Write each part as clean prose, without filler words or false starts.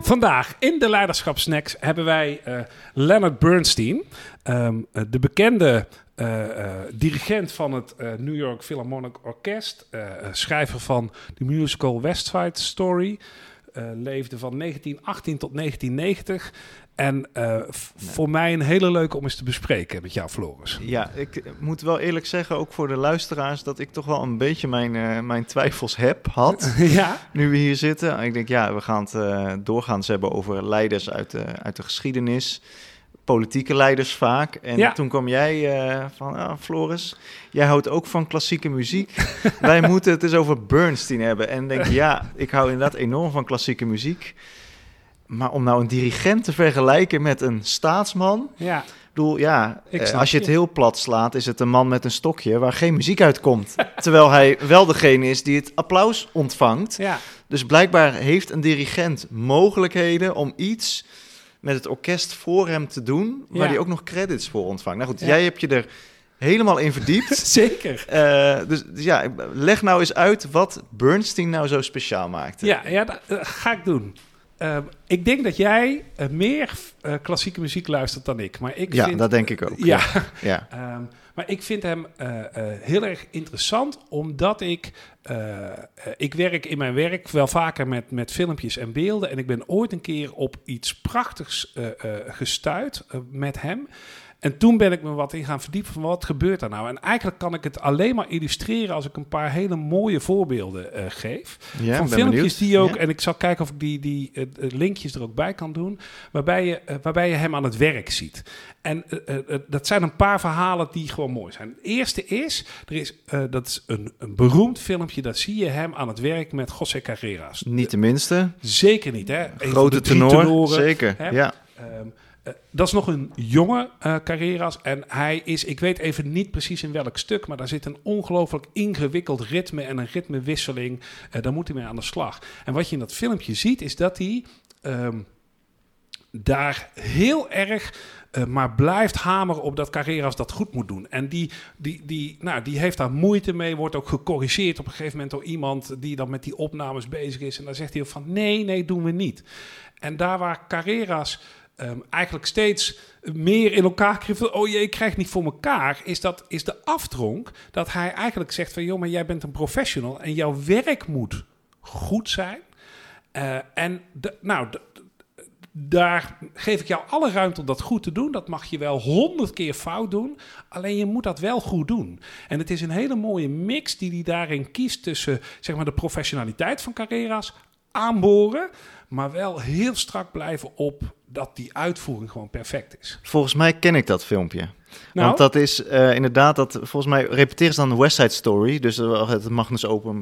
Vandaag in de Leiderschapssnacks hebben wij Leonard Bernstein, de bekende dirigent van het New York Philharmonic Orkest, schrijver van de musical West Side Story, leefde van 1918 tot 1990... En voor mij een hele leuke om eens te bespreken met jou, Floris. Ja, ik moet wel eerlijk zeggen, ook voor de luisteraars, dat ik toch wel een beetje mijn twijfels had. Ja? Nu we hier zitten. Ik denk, ja, we gaan het doorgaans hebben over leiders uit de geschiedenis. Politieke leiders vaak. En toen kwam jij van, Floris, jij houdt ook van klassieke muziek. Wij moeten het eens over Bernstein hebben. En denk, ja, ik hou inderdaad enorm van klassieke muziek. Maar om nou een dirigent te vergelijken met een staatsman... Ja. Ik bedoel, als je het heel plat slaat, is het een man met een stokje waar geen muziek uitkomt. Terwijl hij wel degene is die het applaus ontvangt. Ja. Dus blijkbaar heeft een dirigent mogelijkheden om iets met het orkest voor hem te doen, waar hij ook nog credits voor ontvangt. Nou goed, jij hebt je er helemaal in verdiept. Zeker. Dus ja, leg nou eens uit wat Bernstein nou zo speciaal maakte. Ja, dat ga ik doen. Ik denk dat jij meer klassieke muziek luistert dan ik. Maar ik vind, dat denk ik ook. Ja. Maar ik vind hem heel erg interessant, omdat ik werk in mijn werk wel vaker met filmpjes en beelden. En ik ben ooit een keer op iets prachtigs gestuit met hem. En toen ben ik me wat in gaan verdiepen van wat gebeurt er nou. En eigenlijk kan ik het alleen maar illustreren als ik een paar hele mooie voorbeelden geef. Ja, van filmpjes benieuwd. Die ook, en ik zal kijken of ik die linkjes er ook bij kan doen, waarbij je hem aan het werk ziet. En dat zijn een paar verhalen die gewoon mooi zijn. Het eerste is, dat is een beroemd filmpje, daar zie je hem aan het werk met José Carreras. Niet de minste. Zeker niet, hè? Grote tenor, zeker, hè? Ja. Dat is nog een jonge Carreras en hij is, ik weet even niet precies in welk stuk, maar daar zit een ongelooflijk ingewikkeld ritme en een ritmewisseling. Daar moet hij mee aan de slag. En wat je in dat filmpje ziet, is dat hij daar heel erg maar blijft hameren op dat Carreras dat goed moet doen. En die heeft daar moeite mee, wordt ook gecorrigeerd op een gegeven moment door iemand die dan met die opnames bezig is. En dan zegt hij ook van nee, doen we niet. En daar waar Carreras eigenlijk steeds meer in elkaar kreeg van, oh jee, ik krijg niet voor elkaar, is de afdronk dat hij eigenlijk zegt van, joh, maar jij bent een professional en jouw werk moet goed zijn. Daar geef ik jou alle ruimte om dat goed te doen. Dat mag je wel 100 keer fout doen. Alleen je moet dat wel goed doen. En het is een hele mooie mix die hij daarin kiest tussen, zeg maar, de professionaliteit van Carreras, aanboren, maar wel heel strak blijven op dat die uitvoering gewoon perfect is. Volgens mij ken ik dat filmpje. Nou? Want dat is inderdaad, volgens mij repeteren ze dan West Side Story, dus het Magnum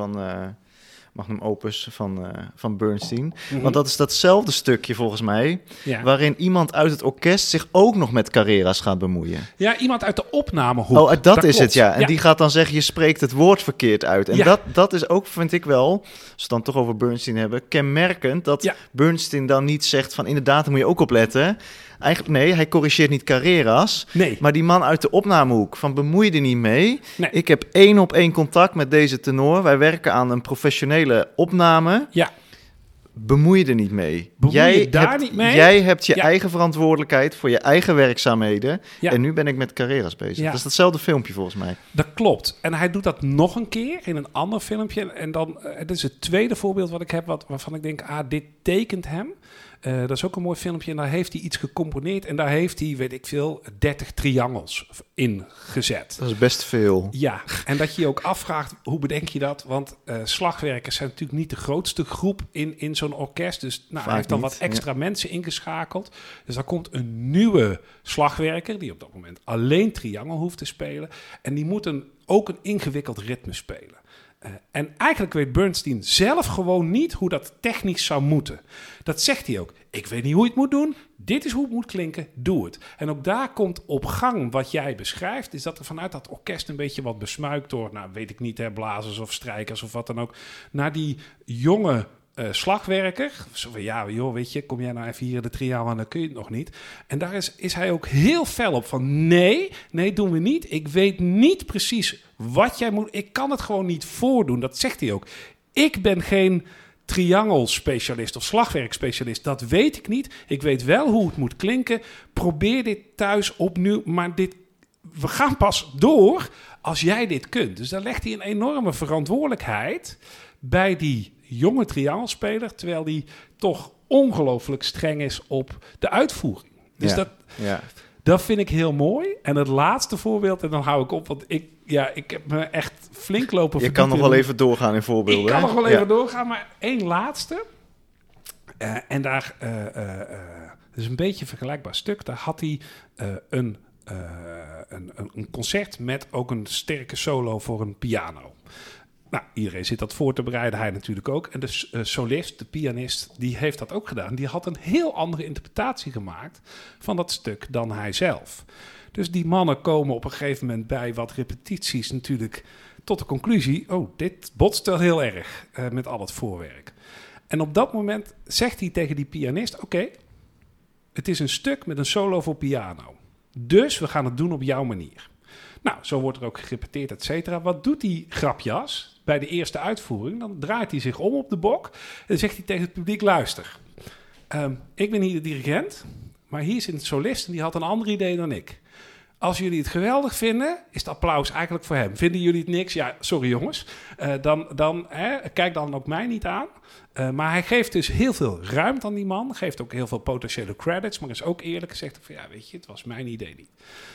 Opus van Bernstein. Mm-hmm. Want dat is datzelfde stukje volgens mij, waarin iemand uit het orkest zich ook nog met Carreras gaat bemoeien. Ja, iemand uit de opnamehoek. Oh, dat is klopt. Het, ja. En die gaat dan zeggen, je spreekt het woord verkeerd uit. En dat is ook, vind ik wel, als we het dan toch over Bernstein hebben, kenmerkend dat Bernstein dan niet zegt van, inderdaad, daar moet je ook op letten. Eigenlijk, nee, hij corrigeert niet Carreras. Nee. Maar die man uit de opnamehoek, van bemoei je er niet mee. Nee. Ik heb 1-op-1 contact met deze tenor. Wij werken aan een professionele opname. Ja. Bemoei je er niet mee. Niet mee? Jij hebt je eigen verantwoordelijkheid voor je eigen werkzaamheden. Ja. En nu ben ik met Carreras bezig. Ja. Dat is datzelfde filmpje volgens mij. Dat klopt. En hij doet dat nog een keer in een ander filmpje. En dan, dit is het tweede voorbeeld wat ik heb, waarvan ik denk, dit tekent hem. Dat is ook een mooi filmpje. En daar heeft hij iets gecomponeerd. En daar heeft hij, weet ik veel, 30 triangels in gezet. Dat is best veel. Ja, en dat je je ook afvraagt, hoe bedenk je dat? Want slagwerkers zijn natuurlijk niet de grootste groep in zo'n orkest. Dus hij heeft dan wat extra mensen ingeschakeld. Dus daar komt een nieuwe slagwerker, die op dat moment alleen triangel hoeft te spelen. En die moet ook een ingewikkeld ritme spelen. En eigenlijk weet Bernstein zelf gewoon niet hoe dat technisch zou moeten. Dat zegt hij ook. Ik weet niet hoe je het moet doen. Dit is hoe het moet klinken. Doe het. En ook daar komt op gang wat jij beschrijft. Is dat er vanuit dat orkest een beetje wat besmuikt door, weet ik niet, blazers of strijkers of wat dan ook, naar die jonge slagwerker. Zo van, ja, joh, weet je, kom jij nou even hier de triangel en dan kun je het nog niet. En daar is hij ook heel fel op van, nee, doen we niet. Ik weet niet precies wat jij moet. Ik kan het gewoon niet voordoen. Dat zegt hij ook. Ik ben geen triangelspecialist of slagwerkspecialist. Dat weet ik niet. Ik weet wel hoe het moet klinken. Probeer dit thuis opnieuw. Maar we gaan pas door als jij dit kunt. Dus dan legt hij een enorme verantwoordelijkheid bij die jonge triangelspeler, terwijl die toch ongelooflijk streng is op de uitvoering. Dus dat vind ik heel mooi. En het laatste voorbeeld, en dan hou ik op, want ik heb me echt flink lopen. Je kan nog wel even doorgaan in voorbeelden. Ik kan nog wel even doorgaan, maar één laatste. En daar is een beetje een vergelijkbaar stuk. Daar had hij een concert met ook een sterke solo voor een piano. Nou, iedereen zit dat voor te bereiden, hij natuurlijk ook. En de solist, de pianist, die heeft dat ook gedaan. Die had een heel andere interpretatie gemaakt van dat stuk dan hij zelf. Dus die mannen komen op een gegeven moment bij wat repetities natuurlijk tot de conclusie, dit botst wel heel erg met al het voorwerk. En op dat moment zegt hij tegen die pianist, oké, het is een stuk met een solo voor piano. Dus we gaan het doen op jouw manier. Nou, zo wordt er ook gerepeteerd, et cetera. Wat doet die grapjas bij de eerste uitvoering? Dan draait hij zich om op de bok en zegt hij tegen het publiek, luister, ik ben hier de dirigent, maar hier zit een solist en die had een ander idee dan ik. Als jullie het geweldig vinden, is het applaus eigenlijk voor hem. Vinden jullie het niks? Ja, sorry jongens. Kijk dan ook mij niet aan. Maar hij geeft dus heel veel ruimte aan die man. Geeft ook heel veel potentiële credits. Maar is ook eerlijk gezegd van, weet je, het was mijn idee niet.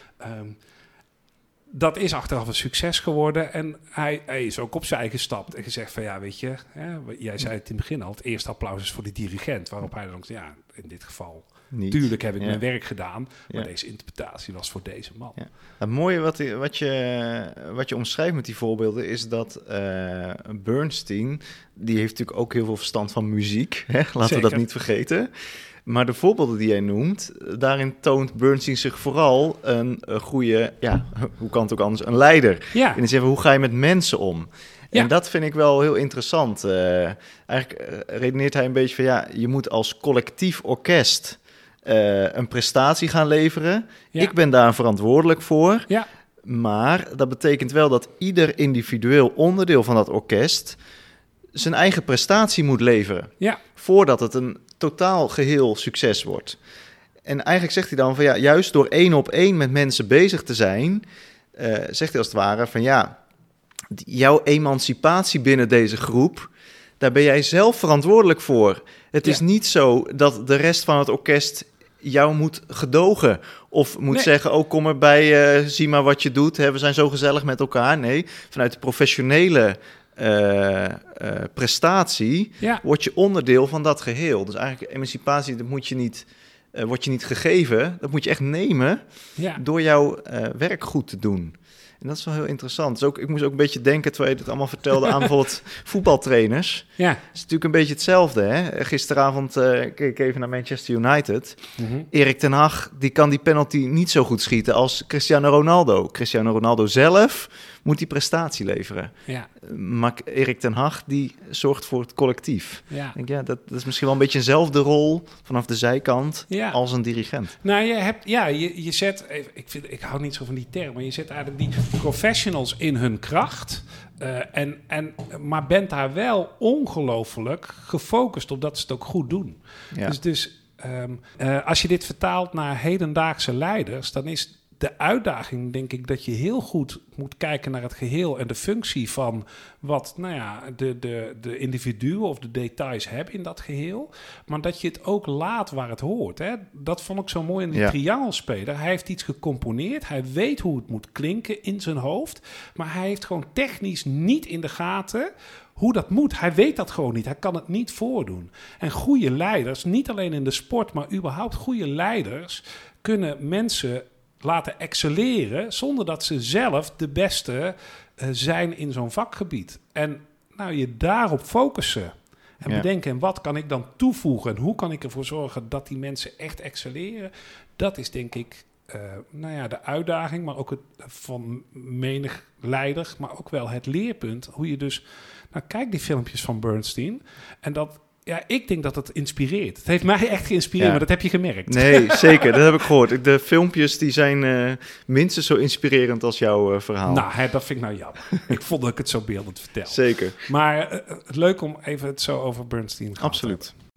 Dat is achteraf een succes geworden. En hij is ook opzij gestapt en gezegd van, weet je, jij zei het in het begin al, het eerste applaus is voor de dirigent. Waarop hij dan in dit geval, tuurlijk heb ik mijn werk gedaan, maar deze interpretatie was voor deze man. Ja. Het mooie wat je omschrijft met die voorbeelden is dat Bernstein, die heeft natuurlijk ook heel veel verstand van muziek. Hè? Laten we dat niet vergeten. Maar de voorbeelden die jij noemt, daarin toont Bernstein zich vooral een goede, hoe kan het ook anders, een leider. Ja. In de zin van, hoe ga je met mensen om? Ja. En dat vind ik wel heel interessant. Eigenlijk redeneert hij een beetje van, je moet als collectief orkest een prestatie gaan leveren. Ja. Ik ben daar verantwoordelijk voor. Ja. Maar dat betekent wel dat ieder individueel onderdeel van dat orkest zijn eigen prestatie moet leveren. Ja. Voordat het een totaal geheel succes wordt. En eigenlijk zegt hij dan van, juist door 1-op-1 met mensen bezig te zijn, zegt hij als het ware van, jouw emancipatie binnen deze groep, daar ben jij zelf verantwoordelijk voor. Het is niet zo dat de rest van het orkest jou moet gedogen of moet zeggen, kom erbij, zie maar wat je doet. We zijn zo gezellig met elkaar. Nee, vanuit de professionele prestatie word je onderdeel van dat geheel. Dus eigenlijk emancipatie, dat moet je niet, wordt je niet gegeven. Dat moet je echt nemen door jouw werk goed te doen. En dat is wel heel interessant. Dus ook, ik moest ook een beetje denken, terwijl je dit allemaal vertelde, aan bijvoorbeeld voetbaltrainers. Ja. Het is natuurlijk een beetje hetzelfde. Hè? Gisteravond keek ik even naar Manchester United. Mm-hmm. Erik ten Hag, die kan die penalty niet zo goed schieten als Cristiano Ronaldo. Cristiano Ronaldo zelf moet die prestatie leveren. Ja. Maar Erik ten Hag, die zorgt voor het collectief. Ja. Ik denk, dat is misschien wel een beetje eenzelfde rol vanaf de zijkant als een dirigent. Nou, je zet, ik hou niet zo van die term, maar je zet eigenlijk die professionals in hun kracht. Maar bent daar wel ongelooflijk gefocust op dat ze het ook goed doen. Ja. Dus als je dit vertaalt naar hedendaagse leiders, dan is de uitdaging, denk ik, dat je heel goed moet kijken naar het geheel en de functie van wat de individuen of de details hebben in dat geheel. Maar dat je het ook laat waar het hoort. Hè? Dat vond ik zo mooi in die triangelspeler. Hij heeft iets gecomponeerd. Hij weet hoe het moet klinken in zijn hoofd. Maar hij heeft gewoon technisch niet in de gaten hoe dat moet. Hij weet dat gewoon niet. Hij kan het niet voordoen. En goede leiders, niet alleen in de sport, maar überhaupt goede leiders kunnen mensen laten excelleren zonder dat ze zelf de beste zijn in zo'n vakgebied. En je daarop focussen en bedenken, en wat kan ik dan toevoegen en hoe kan ik ervoor zorgen dat die mensen echt excelleren, dat is denk ik de uitdaging, maar ook het van menig leider, maar ook wel het leerpunt. Hoe je dus, kijk die filmpjes van Bernstein en dat Ja, ik denk dat het inspireert. Het heeft mij echt geïnspireerd, maar dat heb je gemerkt. Nee, zeker. Dat heb ik gehoord. De filmpjes die zijn minstens zo inspirerend als jouw verhaal. Nou, dat vind ik nou jammer. Ik vond dat ik het zo beeldend vertel. Zeker. Maar leuk om even het zo over Bernstein te gaan. Absoluut.